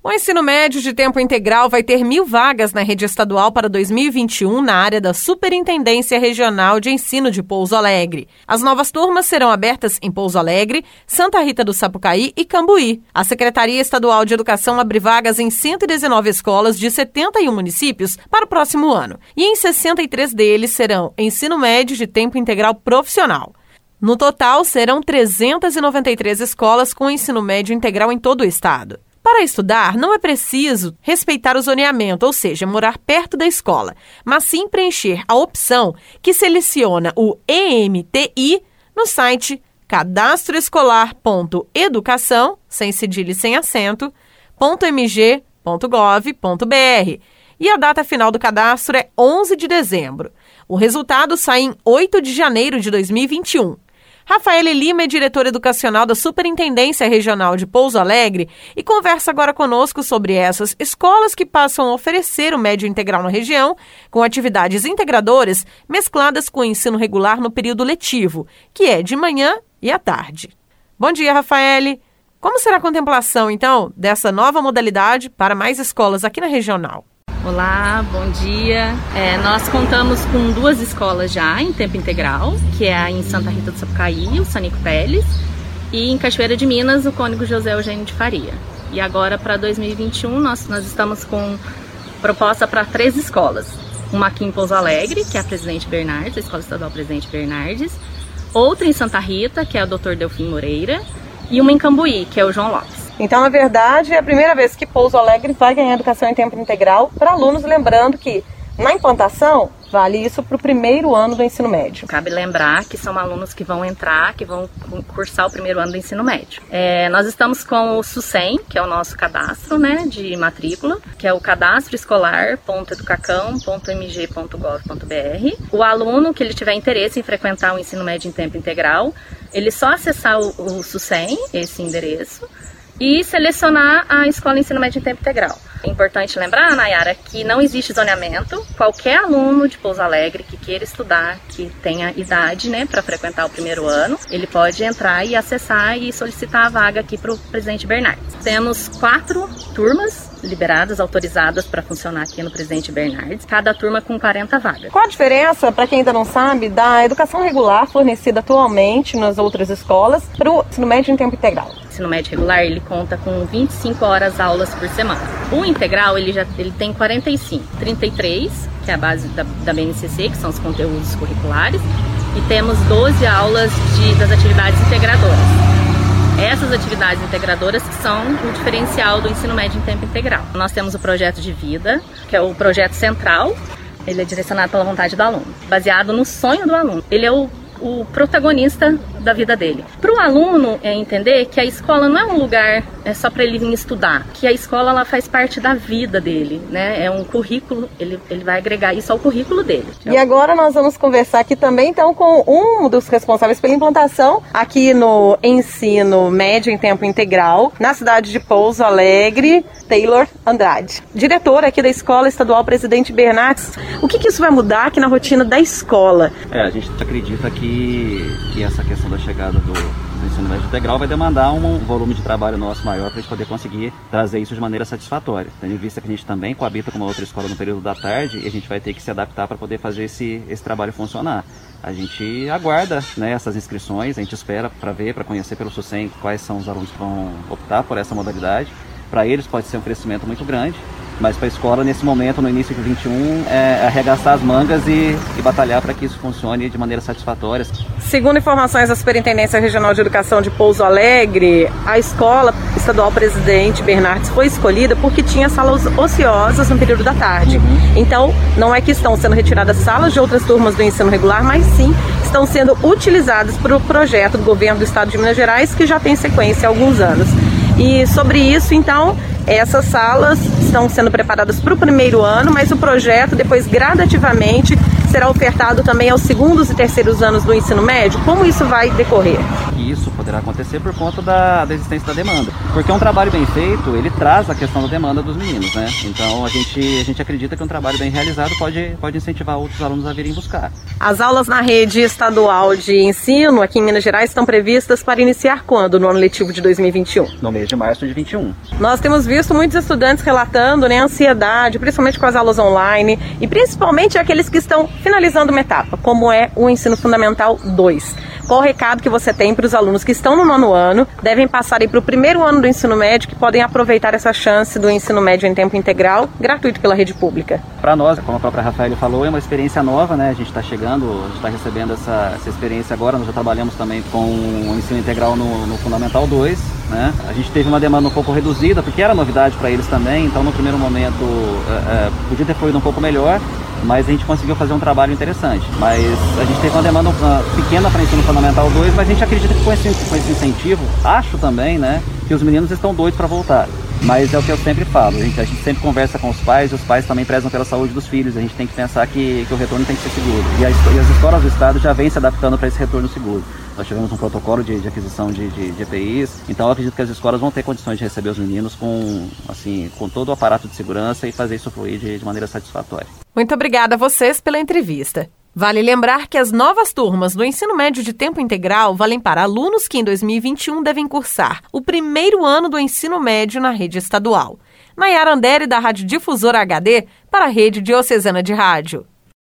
O ensino médio de tempo integral vai ter 1.000 vagas na rede estadual para 2021 na área da Superintendência Regional de Ensino de Pouso Alegre. As novas turmas serão abertas em Pouso Alegre, Santa Rita do Sapucaí e Cambuí. A Secretaria Estadual de Educação abre vagas em 119 escolas de 71 municípios para o próximo ano. E em 63 deles serão ensino médio de tempo integral profissional. No total, serão 393 escolas com ensino médio integral em todo o estado. Para estudar, não é preciso respeitar o zoneamento, ou seja, morar perto da escola, mas sim preencher a opção que seleciona o EMTI no site cadastroescolar.educação, sem cedilha e sem acento, .mg.gov.br. E a data final do cadastro é 11 de dezembro. O resultado sai em 8 de janeiro de 2021. Rafaele Lima é diretora educacional da Superintendência Regional de Pouso Alegre e conversa agora conosco sobre essas escolas que passam a oferecer o médio integral na região, com atividades integradoras mescladas com o ensino regular no período letivo, que é de manhã e à tarde. Bom dia, Rafaele. Como será a contemplação, então, dessa nova modalidade para mais escolas aqui na regional? Olá, bom dia. Nós contamos com 2 escolas já em tempo integral, que é em Santa Rita do Sapucaí, o Sanico Teles, e em Cachoeira de Minas, o Cônigo José Eugênio de Faria. E agora, para 2021, nós estamos com proposta para 3 escolas. Uma aqui em Pouso Alegre, que é a Presidente Bernardes, a Escola Estadual Presidente Bernardes. Outra em Santa Rita, que é o Dr. Delfim Moreira. E uma em Cambuí, que é o João Lopes. Então, na verdade, é a primeira vez que Pouso Alegre vai ganhar educação em tempo integral para alunos, lembrando que na implantação vale isso para o primeiro ano do ensino médio. Cabe lembrar que são alunos que vão entrar, que vão cursar o primeiro ano do ensino médio. Nós estamos com o SUSEM, que é o nosso cadastro, de matrícula, que é o cadastroescolar.educacão.mg.gov.br. O aluno que ele tiver interesse em frequentar o ensino médio em tempo integral, ele só acessar o SUSEM, esse endereço, e selecionar a escola de ensino médio em tempo integral. É importante lembrar, Nayara, que não existe zoneamento. Qualquer aluno de Pouso Alegre que queira estudar, que tenha idade para frequentar o primeiro ano, ele pode entrar e acessar e solicitar a vaga aqui para o Presidente Bernardes. Temos 4 turmas liberadas, autorizadas para funcionar aqui no Presidente Bernardes, cada turma com 40 vagas. Qual a diferença, para quem ainda não sabe, da educação regular fornecida atualmente nas outras escolas para o ensino médio em tempo integral? O ensino médio regular, ele conta com 25 horas aulas por semana. O integral, ele tem 45, 33, que é a base da BNCC, que são os conteúdos curriculares, e temos 12 aulas das atividades integradoras. Essas atividades integradoras que são o diferencial do ensino médio em tempo integral. Nós temos o projeto de vida, que é o projeto central. Ele é direcionado pela vontade do aluno, baseado no sonho do aluno. Ele é o protagonista da vida dele. Para o aluno entender que a escola não é um lugar só para ele vir estudar, que a escola ela faz parte da vida dele, É um currículo, ele vai agregar isso ao currículo dele. E agora nós vamos conversar aqui também então com um dos responsáveis pela implantação aqui no ensino médio em tempo integral, na cidade de Pouso Alegre, Taylor Andrade, diretora aqui da Escola Estadual Presidente Bernardes. O que isso vai mudar aqui na rotina da escola? A gente acredita que essa questão da chegada do ensino médio integral vai demandar um volume de trabalho nosso maior para a gente poder conseguir trazer isso de maneira satisfatória. Tendo em vista que a gente também coabita com uma outra escola no período da tarde e a gente vai ter que se adaptar para poder fazer esse trabalho funcionar. A gente aguarda essas inscrições, a gente espera para conhecer pelo SUSEM quais são os alunos que vão optar por essa modalidade. Para eles pode ser um crescimento muito grande, mas para a escola, nesse momento, no início de 2021, arregaçar as mangas e batalhar para que isso funcione de maneira satisfatória. Segundo informações da Superintendência Regional de Educação de Pouso Alegre, a Escola Estadual Presidente Bernardes foi escolhida porque tinha salas ociosas no período da tarde. Então, não é que estão sendo retiradas salas de outras turmas do ensino regular, mas sim estão sendo utilizadas para o projeto do governo do estado de Minas Gerais, que já tem sequência há alguns anos. E sobre isso, então, essas salas estão sendo preparadas para o primeiro ano, mas o projeto, depois, gradativamente, será ofertado também aos segundos e terceiros anos do ensino médio. Como isso vai decorrer? que isso poderá acontecer por conta da existência da demanda. Porque um trabalho bem feito, ele traz a questão da demanda dos meninos, né? Então a gente acredita que um trabalho bem realizado pode incentivar outros alunos a virem buscar. As aulas na rede estadual de ensino aqui em Minas Gerais estão previstas para iniciar quando no ano letivo de 2021? No mês de março de 21. Nós temos visto muitos estudantes relatando, né, ansiedade, principalmente com as aulas online e principalmente aqueles que estão finalizando uma etapa, como é o Ensino Fundamental 2. Qual o recado que você tem para os alunos que estão no 9º ano, devem passar para o 1º ano do ensino médio, que podem aproveitar essa chance do ensino médio em tempo integral, gratuito pela rede pública? Para nós, como a própria Rafaela falou, é uma experiência nova, né? A gente está chegando, a gente está recebendo essa experiência agora. Nós já trabalhamos também com o ensino integral no Fundamental 2, né? A gente teve uma demanda um pouco reduzida, porque era novidade para eles também, então no primeiro momento podia ter fluído um pouco melhor, mas a gente conseguiu fazer um trabalho interessante. Mas a gente teve uma demanda pequena para ensino fundamental 2, mas a gente acredita que com esse incentivo, acho também, né, que os meninos estão doidos para voltar. Mas é o que eu sempre falo, a gente sempre conversa com os pais, e os pais também prezam pela saúde dos filhos. A gente tem que pensar que o retorno tem que ser seguro. E as escolas do estado já vêm se adaptando para esse retorno seguro. Nós tivemos um protocolo de aquisição de EPIs, então eu acredito que as escolas vão ter condições de receber os meninos com todo o aparato de segurança e fazer isso fluir de maneira satisfatória. Muito obrigada a vocês pela entrevista. Vale lembrar que as novas turmas do ensino médio de tempo integral valem para alunos que em 2021 devem cursar o 1º ano do ensino médio na rede estadual. Nayara Andere, da Rádio Difusora HD, para a Rede Diocesana de Rádio.